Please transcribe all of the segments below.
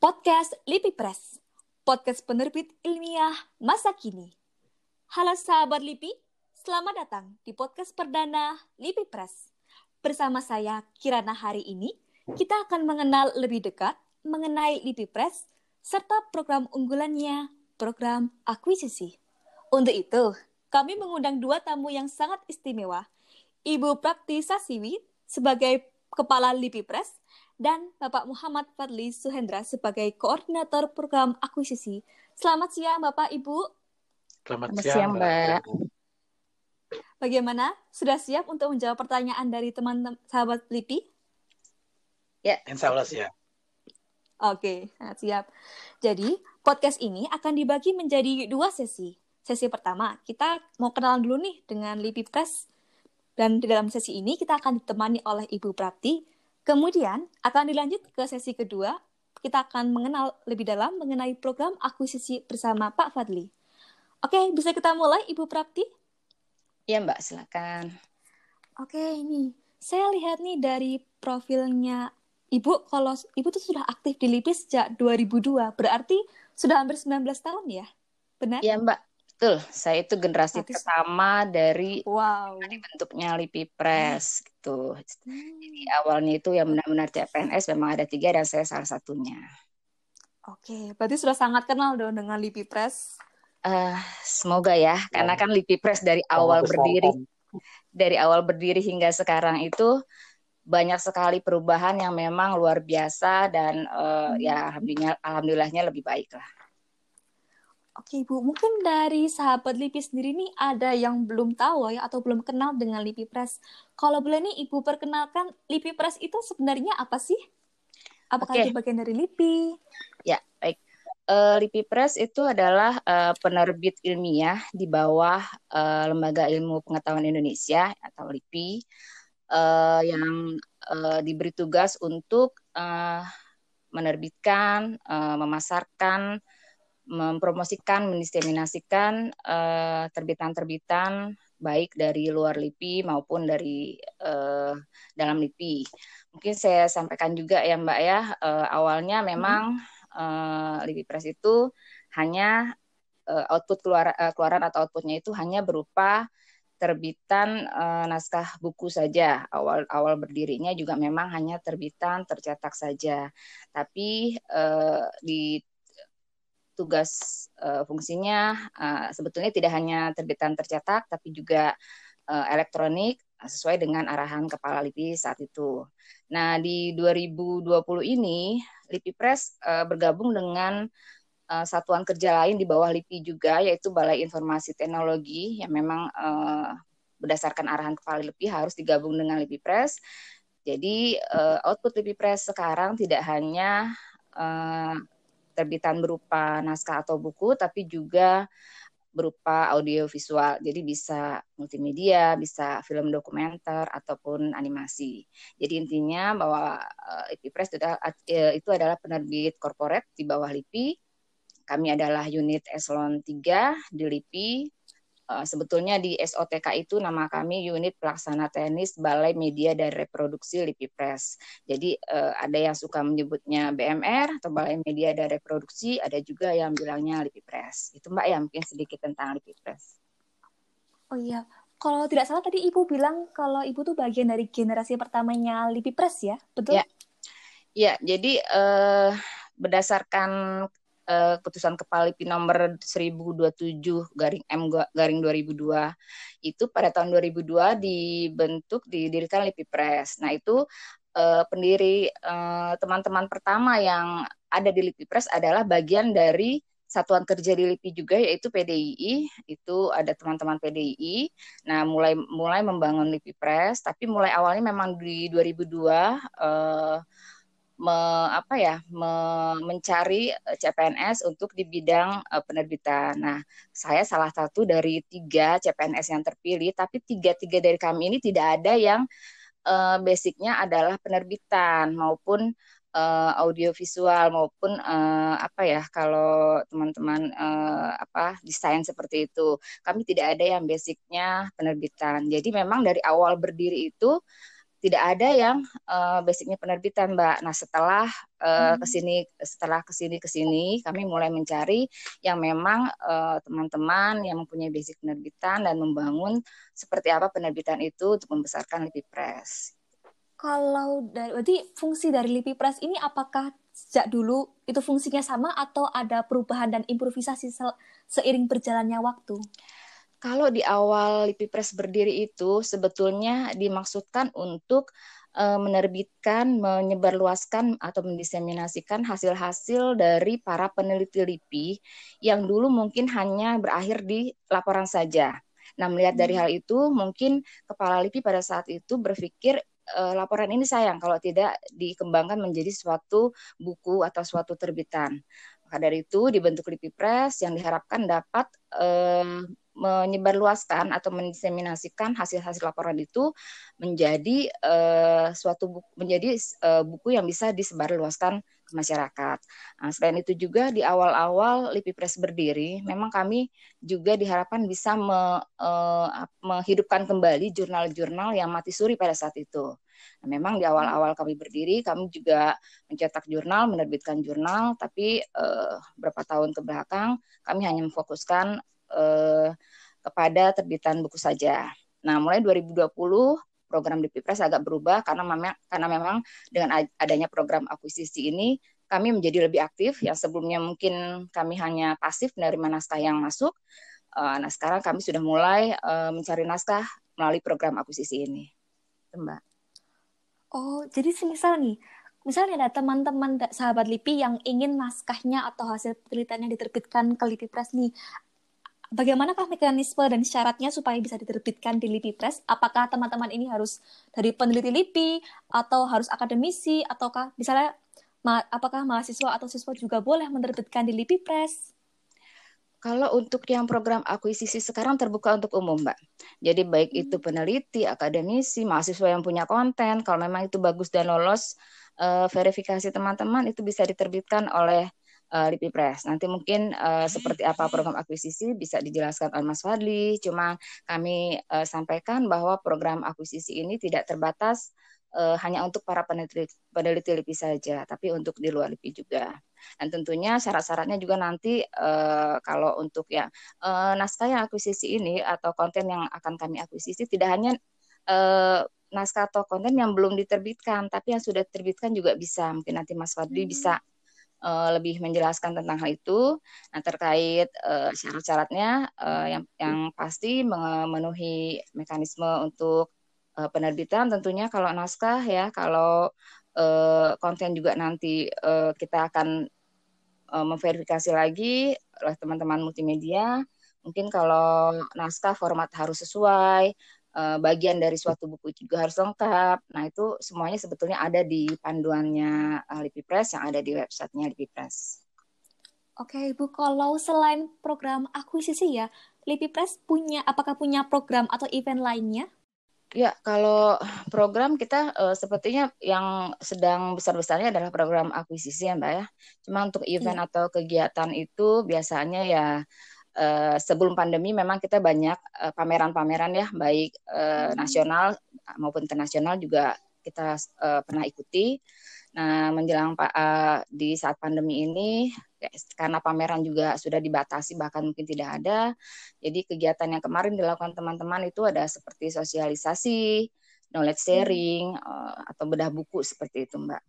Podcast LIPI Press, podcast penerbit ilmiah masa kini. Halo sahabat LIPI, selamat datang di podcast perdana LIPI Press. Bersama saya, Kirana, hari ini, kita akan mengenal lebih dekat mengenai LIPI Press, serta program unggulannya, program akuisisi. Untuk itu, kami mengundang dua tamu yang sangat istimewa, Ibu Prapti Sasiwi sebagai Kepala LIPI Press, dan Bapak Muhammad Fadli Suhendra sebagai Koordinator Program Akuisisi. Selamat siang Bapak Ibu. Selamat siang Mbak. Bagaimana? Sudah siap untuk menjawab pertanyaan dari teman-teman sahabat LIPI? Ya, insya Allah siap. Oke, siap. Jadi, podcast ini akan dibagi menjadi dua sesi. Sesi pertama, kita mau kenalan dulu nih dengan LIPI Press. Dan di dalam sesi ini kita akan ditemani oleh Ibu Prapti. Kemudian akan dilanjut ke sesi kedua, kita akan mengenal lebih dalam mengenai program akuisisi bersama Pak Fadli. Oke, bisa kita mulai Ibu Prapti? Iya Mbak, silakan. Oke, ini saya lihat nih dari profilnya Ibu, kalau Ibu tuh sudah aktif di LIPI sejak 2002, berarti sudah hampir 19 tahun ya? Benar? Iya Mbak, betul. Saya itu generasi pertama dari bentuknya LIPI Press gitu. Jadi awalnya itu yang benar-benar CPNS memang ada 3 dan saya salah satunya. Oke, berarti sudah sangat kenal dong dengan LIPI Press. Semoga ya, karena kan LIPI Press dari awal berdiri hingga sekarang itu banyak sekali perubahan yang memang luar biasa dan ya alhamdulillahnya lebih baik lah. Oke Ibu, mungkin dari sahabat LIPI sendiri nih ada yang belum tahu ya atau belum kenal dengan LIPI Press. Kalau boleh nih Ibu perkenalkan LIPI Press itu sebenarnya apa sih? Apakah itu bagian dari LIPI? Ya, baik. LIPI Press itu adalah penerbit ilmiah di bawah Lembaga Ilmu Pengetahuan Indonesia atau LIPI yang diberi tugas untuk menerbitkan, memasarkan, mempromosikan, mendiseminasikan terbitan-terbitan baik dari luar LIPI maupun dari dalam LIPI. Mungkin saya sampaikan juga ya Mbak ya, awalnya memang LIPI Press itu hanya output keluaran atau outputnya itu hanya berupa terbitan naskah buku saja. Awal berdirinya juga memang hanya terbitan tercetak saja. Tapi di tugas fungsinya sebetulnya tidak hanya terbitan tercetak, tapi juga elektronik sesuai dengan arahan Kepala LIPI saat itu. Nah, di 2020 ini LIPI Press bergabung dengan satuan kerja lain di bawah LIPI juga, yaitu Balai Informasi Teknologi yang memang berdasarkan arahan Kepala LIPI harus digabung dengan LIPI Press. Jadi output LIPI Press sekarang tidak hanya terbitan berupa naskah atau buku, tapi juga berupa audio visual. Jadi bisa multimedia, bisa film dokumenter, ataupun animasi. Jadi intinya bahwa LIPI Press itu adalah penerbit korporat di bawah LIPI. Kami adalah unit eselon 3 di LIPI. Sebetulnya di SOTK itu nama kami unit pelaksana teknis Balai Media dan Reproduksi LIPI Press. Jadi ada yang suka menyebutnya BMR atau Balai Media dan Reproduksi, ada juga yang bilangnya LIPI Press. Itu Mbak ya mungkin sedikit tentang LIPI Press. Oh iya, kalau tidak salah tadi Ibu bilang kalau Ibu tuh bagian dari generasi pertamanya LIPI Press ya, betul? Ya, jadi berdasarkan keputusan Kepala LIPI nomor 1027/M/2002 itu pada tahun 2002 didirikan LIPI Press. Nah itu pendiri teman-teman pertama yang ada di LIPI Press adalah bagian dari satuan kerja di LIPI juga, yaitu PDII. Itu ada teman-teman PDII. Nah mulai membangun LIPI Press, tapi mulai awalnya memang di 2002 mencari CPNS untuk di bidang penerbitan. Nah, saya salah satu dari 3 CPNS yang terpilih, tapi 3 dari kami ini tidak ada yang basicnya adalah penerbitan maupun audiovisual maupun kalau teman-teman desain seperti itu. Kami tidak ada yang basicnya penerbitan. Jadi memang dari awal berdiri itu tidak ada yang basicnya penerbitan, Mbak. Nah, setelah kesini kami mulai mencari yang memang teman-teman yang mempunyai basic penerbitan dan membangun seperti apa penerbitan itu untuk membesarkan LIPI Press. Kalau berarti fungsi dari LIPI Press ini apakah sejak dulu itu fungsinya sama atau ada perubahan dan improvisasi seiring berjalannya waktu? Kalau di awal LIPI Press berdiri itu sebetulnya dimaksudkan untuk menerbitkan, menyebarluaskan atau mendiseminasikan hasil-hasil dari para peneliti LIPI yang dulu mungkin hanya berakhir di laporan saja. Nah, melihat dari hal itu, mungkin Kepala LIPI pada saat itu berpikir laporan ini sayang kalau tidak dikembangkan menjadi suatu buku atau suatu terbitan. Maka dari itu dibentuk LIPI Press yang diharapkan dapat menyebarluaskan atau mendiseminasikan hasil-hasil laporan itu menjadi suatu buku, menjadi buku yang bisa disebarluaskan ke masyarakat. Nah, selain itu juga di awal-awal LIPI Press berdiri, memang kami juga diharapkan bisa menghidupkan kembali jurnal-jurnal yang mati suri pada saat itu. Nah, memang di awal-awal kami berdiri, kami juga mencetak jurnal, menerbitkan jurnal, tapi beberapa tahun ke belakang kami hanya memfokuskan kepada terbitan buku saja. Nah, mulai 2020 program LIPI Press agak berubah karena memang dengan adanya program akuisisi ini kami menjadi lebih aktif. Yang sebelumnya mungkin kami hanya pasif menerima naskah yang masuk. Nah, sekarang kami sudah mulai mencari naskah melalui program akuisisi ini. Mbak. Oh, jadi misalnya ada teman-teman sahabat LIPI yang ingin naskahnya atau hasil penelitiannya diterbitkan ke LIPI Press nih. Bagaimanakah mekanisme dan syaratnya supaya bisa diterbitkan di LIPI Press? Apakah teman-teman ini harus dari peneliti LIPI atau harus akademisi ataukah misalnya apakah mahasiswa atau siswa juga boleh menerbitkan di LIPI Press? Kalau untuk yang program akuisisi sekarang terbuka untuk umum, Mbak. Jadi baik itu peneliti, akademisi, mahasiswa yang punya konten, kalau memang itu bagus dan lolos verifikasi teman-teman, itu bisa diterbitkan oleh LIPI Press. Nanti mungkin seperti apa program akuisisi bisa dijelaskan oleh Mas Fadli. Cuma kami sampaikan bahwa program akuisisi ini tidak terbatas hanya untuk para peneliti LIPI saja, tapi untuk di luar LIPI juga. Dan tentunya syarat-syaratnya juga nanti kalau untuk yang naskah yang akuisisi ini atau konten yang akan kami akuisisi tidak hanya naskah atau konten yang belum diterbitkan, tapi yang sudah diterbitkan juga bisa. Mungkin nanti Mas Fadli bisa lebih menjelaskan tentang hal itu. Nah, terkait syarat-syaratnya yang pasti memenuhi mekanisme untuk penerbitan tentunya kalau naskah ya, kalau konten juga nanti kita akan memverifikasi lagi oleh teman-teman multimedia. Mungkin kalau naskah format harus sesuai, bagian dari suatu buku juga harus lengkap. Nah, itu semuanya sebetulnya ada di panduannya LIPI Press yang ada di websitenya LIPI Press. Oke, Ibu, kalau selain program akuisisi ya, LIPI Press apakah punya program atau event lainnya? Ya, kalau program kita sepertinya yang sedang besar-besarnya adalah program akuisisi ya, Mbak ya. Cuma untuk event atau kegiatan itu biasanya ya sebelum pandemi memang kita banyak pameran-pameran ya, baik nasional maupun internasional juga kita pernah ikuti. Nah, menjelang di saat pandemi ini, karena pameran juga sudah dibatasi, bahkan mungkin tidak ada. Jadi kegiatan yang kemarin dilakukan teman-teman itu ada seperti sosialisasi, knowledge sharing, atau bedah buku seperti itu, Mbak.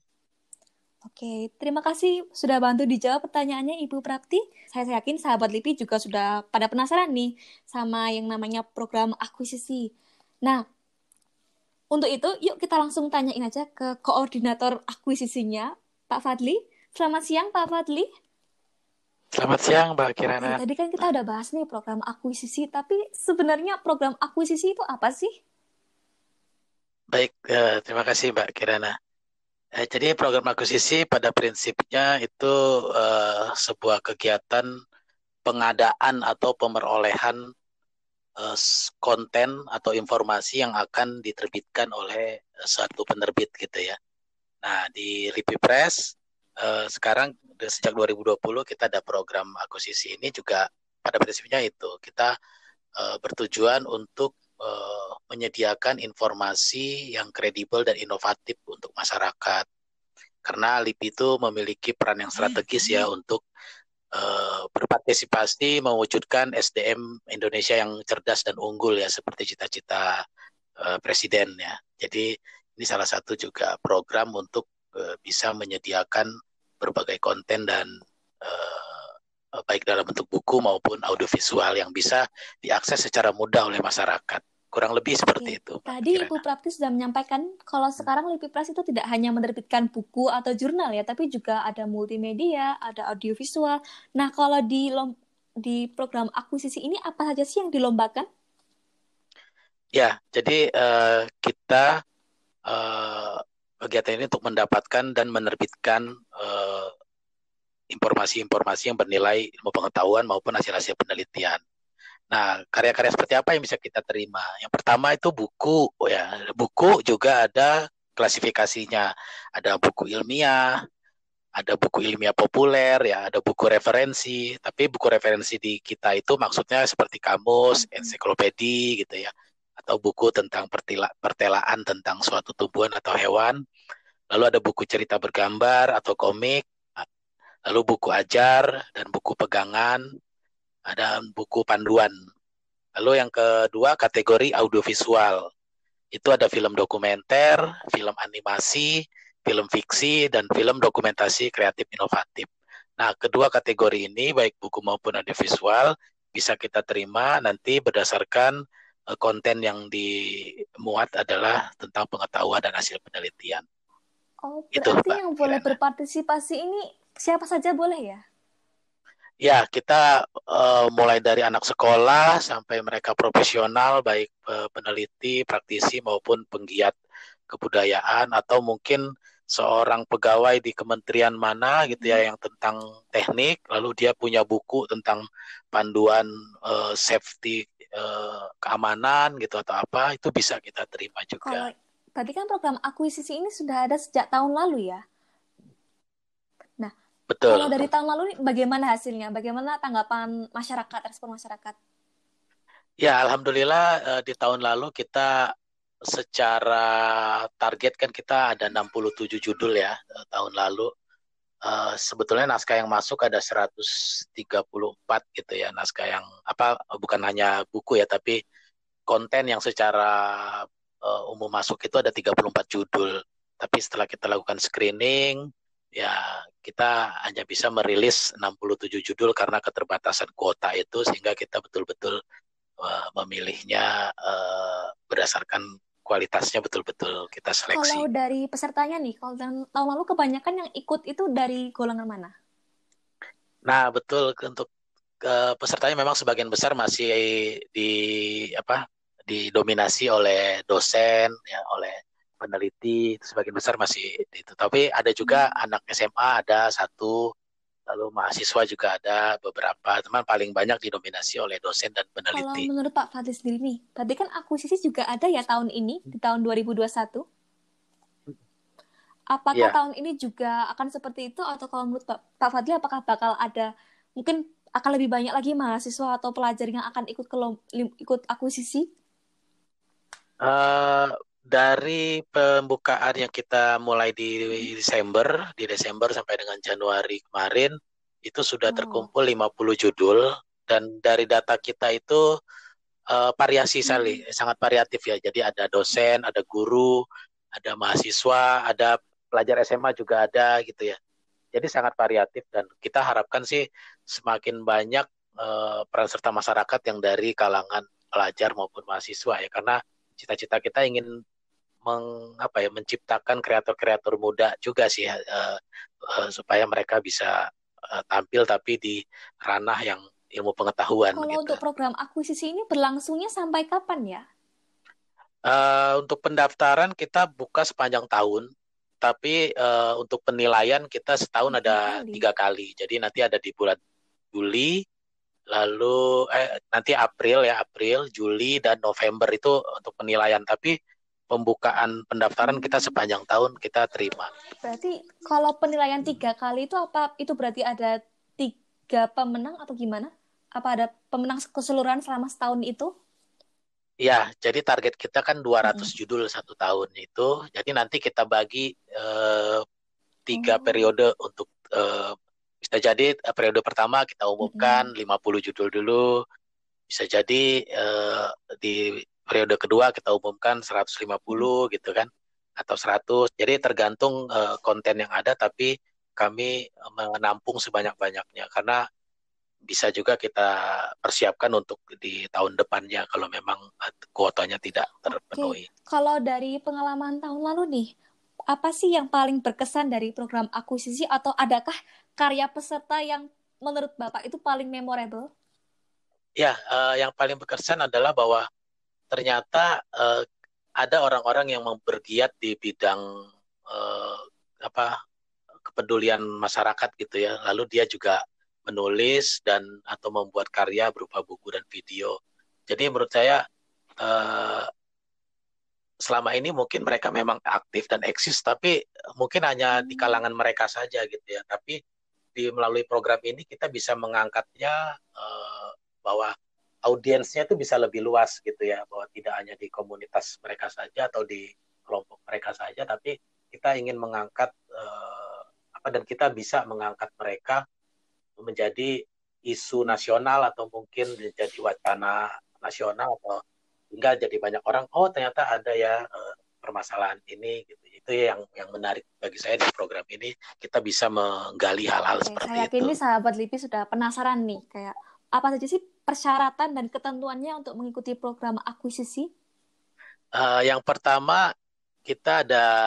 Oke, terima kasih sudah bantu dijawab pertanyaannya Ibu Prapti. Saya yakin sahabat LIPI juga sudah pada penasaran nih sama yang namanya program akuisisi. Nah, untuk itu, yuk kita langsung tanyain aja ke koordinator akuisisinya, Pak Fadli. Selamat siang, Pak Fadli. Selamat siang, Mbak Kirana. Tadi kan kita udah bahas nih program akuisisi, tapi sebenarnya program akuisisi itu apa sih? Baik, terima kasih Mbak Kirana. Jadi program akuisisi pada prinsipnya itu sebuah kegiatan pengadaan atau pemerolehan konten atau informasi yang akan diterbitkan oleh suatu penerbit gitu ya. Nah, di LIPI Press sekarang sejak 2020 kita ada program akuisisi ini juga pada prinsipnya itu kita bertujuan untuk menyediakan informasi yang kredibel dan inovatif untuk masyarakat. Karena LIPI itu memiliki peran yang strategis ya untuk berpartisipasi mewujudkan SDM Indonesia yang cerdas dan unggul ya seperti cita-cita Presiden ya. Jadi ini salah satu juga program untuk bisa menyediakan berbagai konten dan baik dalam bentuk buku maupun audiovisual yang bisa diakses secara mudah oleh masyarakat. Kurang lebih seperti itu. Tadi Ibu Prapti sudah menyampaikan kalau sekarang LIPI Press itu tidak hanya menerbitkan buku atau jurnal ya, tapi juga ada multimedia, ada audiovisual. Nah, kalau di program akuisisi ini apa saja sih yang dilombakan? Ya, jadi kita kegiatan ini untuk mendapatkan dan menerbitkan informasi-informasi yang bernilai ilmu pengetahuan maupun hasil-hasil penelitian. Nah, karya-karya seperti apa yang bisa kita terima? Yang pertama itu buku, ya. Buku juga ada klasifikasinya. Ada buku ilmiah, ada buku ilmiah populer, ya, ada buku referensi. Tapi buku referensi di kita itu maksudnya seperti kamus, ensiklopedi, gitu ya, atau buku tentang pertelaan tentang suatu tumbuhan atau hewan. Lalu ada buku cerita bergambar atau komik, lalu buku ajar dan buku pegangan, ada buku panduan. Lalu yang kedua kategori audiovisual. Itu ada film dokumenter, film animasi, film fiksi, dan film dokumentasi kreatif inovatif. Nah, kedua kategori ini, baik buku maupun audiovisual, bisa kita terima nanti berdasarkan konten yang dimuat adalah tentang pengetahuan dan hasil penelitian. Oh, berarti yang boleh berpartisipasi ini siapa saja boleh ya? Ya, kita mulai dari anak sekolah sampai mereka profesional, baik peneliti, praktisi maupun penggiat kebudayaan, atau mungkin seorang pegawai di kementerian mana gitu ya yang tentang teknik, lalu dia punya buku tentang panduan safety keamanan gitu atau apa, itu bisa kita terima juga. Kalau tadi kan program akuisisi ini sudah ada sejak tahun lalu ya. Nah, betul. Kalau dari tahun lalu bagaimana hasilnya? Bagaimana tanggapan masyarakat, respon masyarakat? Ya, alhamdulillah di tahun lalu kita secara target kan kita ada 67 judul ya tahun lalu. Sebetulnya naskah yang masuk ada 134 gitu ya, naskah yang bukan hanya buku ya, tapi konten yang secara umum masuk itu ada 34 judul. Tapi setelah kita lakukan screening, ya kita hanya bisa merilis 67 judul karena keterbatasan kuota itu, sehingga kita betul-betul memilihnya berdasarkan kualitasnya betul-betul kita seleksi. Kalau dari pesertanya nih, kalau tahun lalu kebanyakan yang ikut itu dari golongan mana? Nah, betul, untuk pesertanya memang sebagian besar masih didominasi oleh dosen ya, oleh peneliti, sebagian besar masih itu. Tapi ada juga anak SMA ada satu, lalu mahasiswa juga ada beberapa, teman paling banyak didominasi oleh dosen dan peneliti. Kalau menurut Pak Fadli sendiri nih, tadi kan akuisisi juga ada ya tahun ini, di tahun 2021. Apakah tahun ini juga akan seperti itu, atau kalau menurut Pak Fadli apakah bakal ada, mungkin akan lebih banyak lagi mahasiswa atau pelajar yang akan ikut akuisisi? Dari pembukaan yang kita mulai di Desember sampai dengan Januari kemarin, itu sudah terkumpul 50 judul, dan dari data kita itu variasi sangat variatif ya. Jadi ada dosen, ada guru, ada mahasiswa, ada pelajar SMA juga ada gitu ya. Jadi sangat variatif, dan kita harapkan sih semakin banyak peran serta masyarakat yang dari kalangan pelajar maupun mahasiswa ya, karena cita-cita kita ingin menciptakan kreator-kreator muda juga sih supaya mereka bisa tampil tapi di ranah yang ilmu pengetahuan. Kalau gitu. Untuk program akuisisi ini berlangsungnya sampai kapan ya? Untuk pendaftaran kita buka sepanjang tahun, tapi untuk penilaian kita setahun ada 3 kali. Jadi nanti ada di bulan Juli, lalu nanti April, Juli dan November itu untuk penilaian. Tapi pembukaan pendaftaran kita sepanjang tahun kita terima. Berarti kalau penilaian 3 kali itu apa? Itu berarti ada 3 pemenang atau gimana? Apa ada pemenang keseluruhan selama setahun itu? Ya, jadi target kita kan 200 Mm-mm. judul satu tahun itu. Jadi nanti kita bagi 3 Oh. periode untuk bisa jadi periode pertama kita umumkan Mm-mm. 50 judul dulu. Bisa jadi di periode kedua kita umumkan Mm-mm. 150 gitu kan, atau 100. Jadi tergantung konten yang ada, tapi kami menampung sebanyak-banyaknya karena bisa juga kita persiapkan untuk di tahun depannya kalau memang kuotanya tidak Oke, terpenuhi. kalau dari pengalaman tahun lalu nih, apa sih yang paling berkesan dari program akuisisi atau adakah karya peserta yang menurut Bapak itu paling memorable? Ya, yang paling berkesan adalah bahwa ternyata ada orang-orang yang bergiat di bidang eh, apa kepedulian masyarakat gitu ya. Lalu dia juga menulis dan atau membuat karya berupa buku dan video. Jadi menurut saya eh, selama ini mungkin mereka memang aktif dan eksis, tapi mungkin hanya di Hmm. kalangan mereka saja gitu ya. Tapi melalui program ini kita bisa mengangkatnya bahwa audiensnya itu bisa lebih luas gitu ya, bahwa tidak hanya di komunitas mereka saja atau di kelompok mereka saja, tapi kita ingin mengangkat apa dan kita bisa mengangkat mereka menjadi isu nasional atau mungkin menjadi wacana nasional atau hingga jadi banyak orang oh ternyata ada ya permasalahan ini gitu. Itu yang menarik bagi saya di program ini, kita bisa menggali hal-hal Oke, saya seperti yakin itu. nih sahabat LIPI sudah penasaran nih, kayak apa saja sih persyaratan dan ketentuannya untuk mengikuti program akuisisi? Yang pertama kita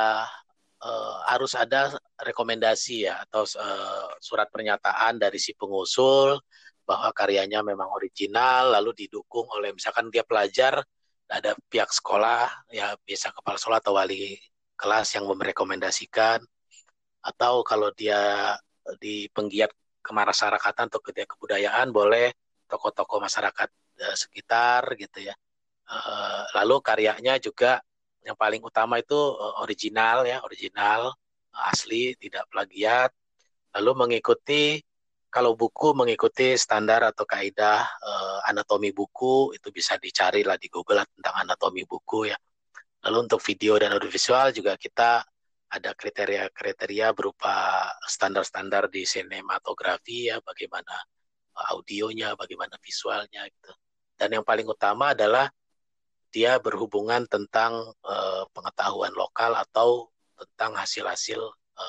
harus ada rekomendasi ya atau surat pernyataan dari si pengusul bahwa karyanya memang original, lalu didukung oleh misalkan dia pelajar, ada pihak sekolah ya bisa kepala sekolah atau wali kelas yang merekomendasikan, atau kalau dia di penggiat kemasyarakatan atau kebudayaan boleh tokoh-tokoh masyarakat sekitar gitu ya. Lalu karyanya juga yang paling utama itu original ya, original asli, tidak plagiat. Lalu mengikuti kalau buku mengikuti standar atau kaidah anatomi buku, itu bisa dicari lah di Google tentang anatomi buku ya. Lalu untuk video dan audiovisual juga kita ada kriteria-kriteria berupa standar-standar di sinematografi ya, bagaimana audionya, bagaimana visualnya gitu. Dan yang paling utama adalah dia berhubungan tentang pengetahuan lokal atau tentang hasil-hasil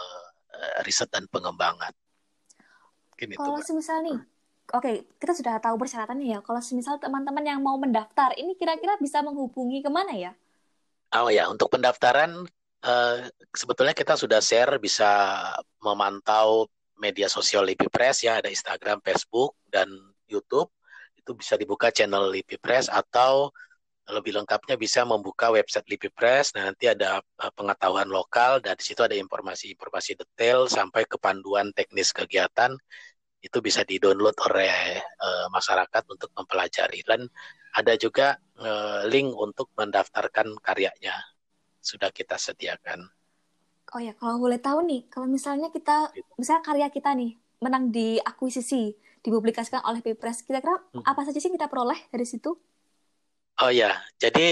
riset dan pengembangan. Mungkin itu, Kalau Mbak. semisal nih, oke, kita sudah tahu persyaratannya ya. Kalau semisal teman-teman yang mau mendaftar, ini kira-kira bisa menghubungi kemana ya? Oh ya, untuk pendaftaran eh, sebetulnya kita sudah share, bisa memantau media sosial LIPI Press ya, ada Instagram, Facebook, dan YouTube. Itu bisa dibuka channel LIPI Press atau lebih lengkapnya bisa membuka website LIPI Press. Nah, nanti ada pengetahuan lokal dan di situ ada informasi-informasi detail sampai ke panduan teknis kegiatan. Itu bisa di-download oleh masyarakat untuk mempelajari. Dan ada juga link untuk mendaftarkan karyanya sudah kita sediakan. Oh ya, kalau boleh tahu nih, kalau misalnya karya kita nih, menang di akuisisi, dipublikasikan oleh Pipres, kira-kira apa saja sih yang kita peroleh dari situ? Oh ya, jadi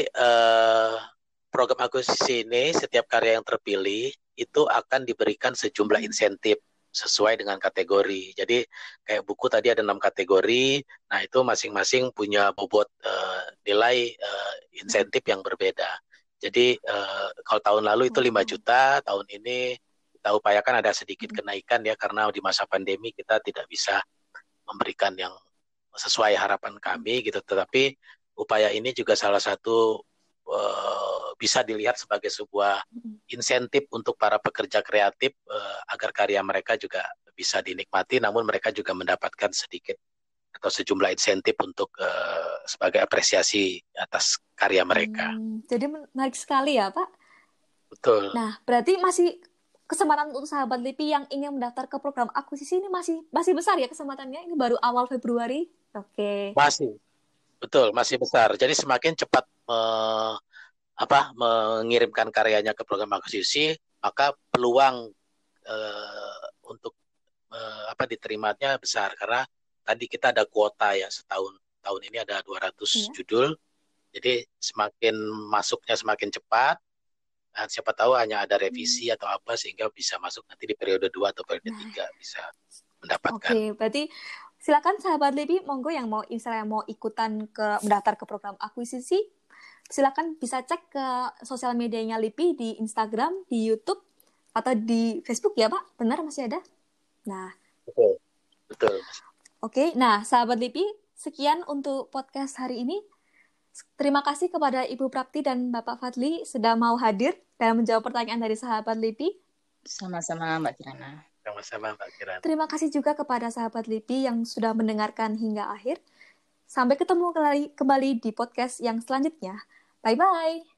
program akuisisi ini setiap karya yang terpilih itu akan diberikan sejumlah insentif sesuai dengan kategori. Jadi kayak buku tadi ada 6 kategori, nah itu masing-masing punya bobot nilai insentif yang berbeda. Jadi kalau tahun lalu itu 5 Oh. juta, tahun ini kita upayakan ada sedikit kenaikan ya karena di masa pandemi kita tidak bisa memberikan yang sesuai harapan kami gitu. Tetapi upaya ini juga salah satu bisa dilihat sebagai sebuah insentif untuk para pekerja kreatif agar karya mereka juga bisa dinikmati, namun mereka juga mendapatkan sedikit atau sejumlah insentif untuk sebagai apresiasi atas karya mereka. Jadi menarik sekali ya, Pak. Betul. Nah, berarti masih kesempatan untuk sahabat LIPI yang ingin mendaftar ke program akuisisi ini masih besar ya kesempatannya. Ini baru awal Februari. Oke. Masih, betul, masih besar. Jadi semakin cepat mengirimkan karyanya ke program akuisisi, maka peluang untuk diterimanya besar karena tadi kita ada kuota ya setahun, tahun ini ada 200 Iya. judul. Jadi semakin masuknya semakin cepat. Nah, siapa tahu hanya ada revisi atau apa sehingga bisa masuk nanti di periode 2 atau periode 3 bisa mendapatkan. Oke, berarti silakan sahabat LIPI, monggo yang mau ikutan mendaftar ke program akuisisi, silakan bisa cek ke sosial medianya LIPI di Instagram, di YouTube, atau di Facebook ya Pak? Benar masih ada? Nah, betul. Oke, nah sahabat LIPI, sekian untuk podcast hari ini. Terima kasih kepada Ibu Prapti dan Bapak Fadli sudah mau hadir dan menjawab pertanyaan dari sahabat LIPI. Sama-sama Mbak Kirana. Sama-sama Mbak Kirana. Terima kasih juga kepada sahabat LIPI yang sudah mendengarkan hingga akhir. Sampai ketemu kembali di podcast yang selanjutnya. Bye-bye.